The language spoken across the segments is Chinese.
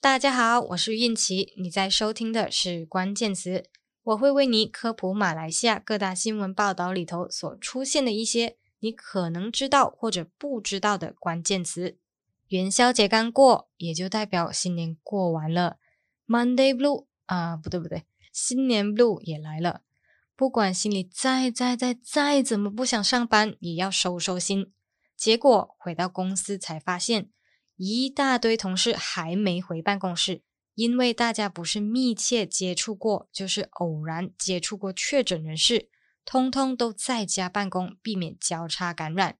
大家好，我是韵琪，你在收听的是关键词，我会为你科普马来西亚各大新闻报道里头所出现的一些你可能知道或者不知道的关键词。元宵节刚过，也就代表新年过完了， Monday Blue 不对，新年 Blue 也来了。不管心里再怎么不想上班，也要收心。结果回到公司才发现，一大堆同事还没回办公室，因为大家不是密切接触过，就是偶然接触过确诊人士，通通都在家办公，避免交叉感染。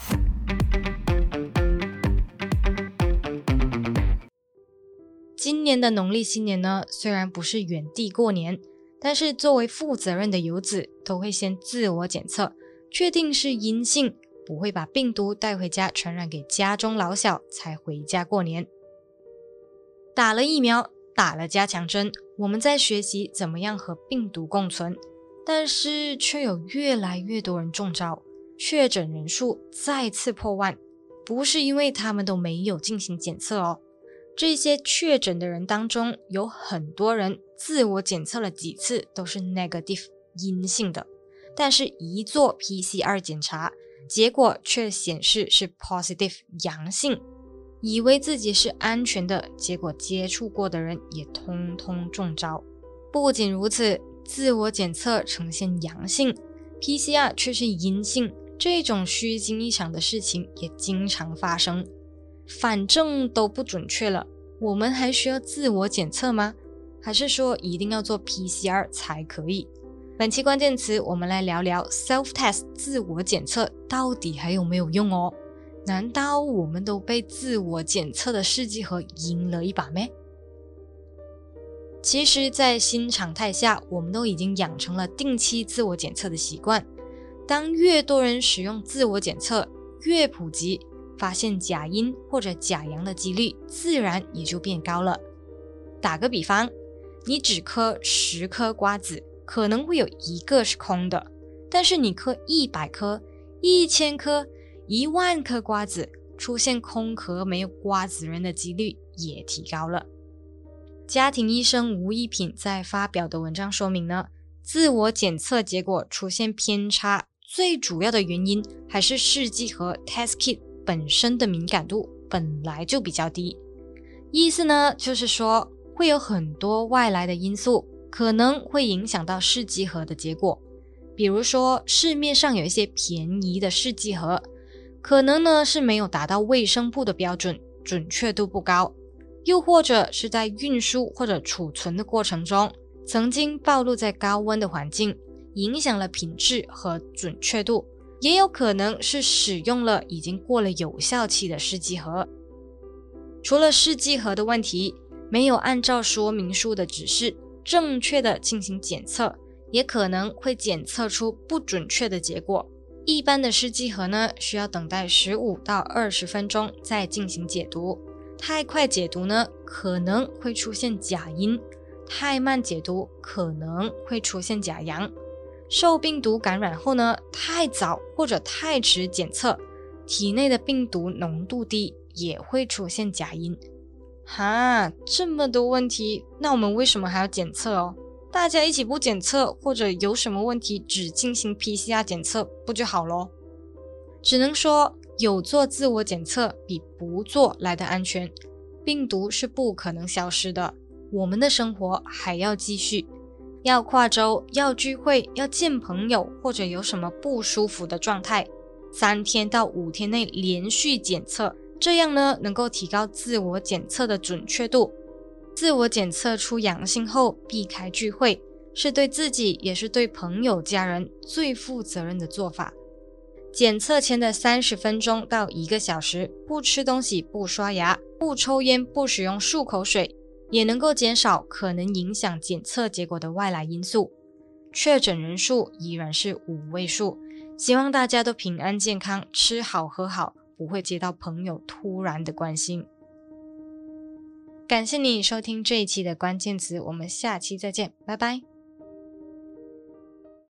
今年的农历新年呢，虽然不是原地过年，但是作为负责任的游子，都会先自我检测，确定是阴性，不会把病毒带回家传染给家中老小，才回家过年。打了疫苗，打了加强针，我们在学习怎么样和病毒共存，但是却有越来越多人中招，确诊人数再次破万，不是因为他们都没有进行检测哦。这些确诊的人当中，有很多人自我检测了几次都是 negative 阴性的，但是一做 PCR 检查，结果却显示是 positive 阳性，以为自己是安全的，结果接触过的人也通通中招。不仅如此，自我检测呈现阳性， PCR 却是阴性，这种虚惊一场的事情也经常发生。反正都不准确了，我们还需要自我检测吗？还是说一定要做 PCR 才可以？本期关键词我们来聊聊 self-test 自我检测到底还有没有用哦？难道我们都被自我检测的试剂盒赢了一把咩？其实在新常态下，我们都已经养成了定期自我检测的习惯，当越多人使用自我检测，越普及，发现假阴或者假阳的几率自然也就变高了。打个比方，你只嗑10颗瓜子，可能会有1个是空的，但是你嗑100颗、1000颗、10000颗瓜子，出现空壳没有瓜子仁的几率也提高了。家庭医生吴一品在发表的文章说明呢，自我检测结果出现偏差，最主要的原因还是试剂盒 test kit 本身的敏感度本来就比较低。意思呢，就是说会有很多外来的因素可能会影响到试剂盒的结果，比如说市面上有一些便宜的试剂盒，可能呢是没有达到卫生部的标准，准确度不高，又或者是在运输或者储存的过程中，曾经暴露在高温的环境，影响了品质和准确度，也有可能是使用了已经过了有效期的试剂盒。除了试剂盒的问题，没有按照说明书的指示正确的进行检测，也可能会检测出不准确的结果。一般的试剂盒呢，需要等待15到20分钟再进行解读，太快解读呢，可能会出现假阴，太慢解读可能会出现假阳。受病毒感染后呢，太早或者太迟检测，体内的病毒浓度低，也会出现假阴。这么多问题，那我们为什么还要检测哦？大家一起不检测，或者有什么问题只进行 PCR 检测不就好咯？只能说有做自我检测比不做来的安全，病毒是不可能消失的，我们的生活还要继续，要跨州，要聚会，要见朋友，或者有什么不舒服的状态，3天到5天内连续检测，这样呢能够提高自我检测的准确度。自我检测出阳性后避开聚会，是对自己也是对朋友家人最负责任的做法。检测前的30分钟到1个小时，不吃东西，不刷牙，不抽烟，不使用漱口水，也能够减少可能影响检测结果的外来因素。确诊人数依然是5位数，希望大家都平安健康，吃好喝好，不会接到朋友突然的关心。感谢你收听这一期的关键词，我们下期再见，拜拜。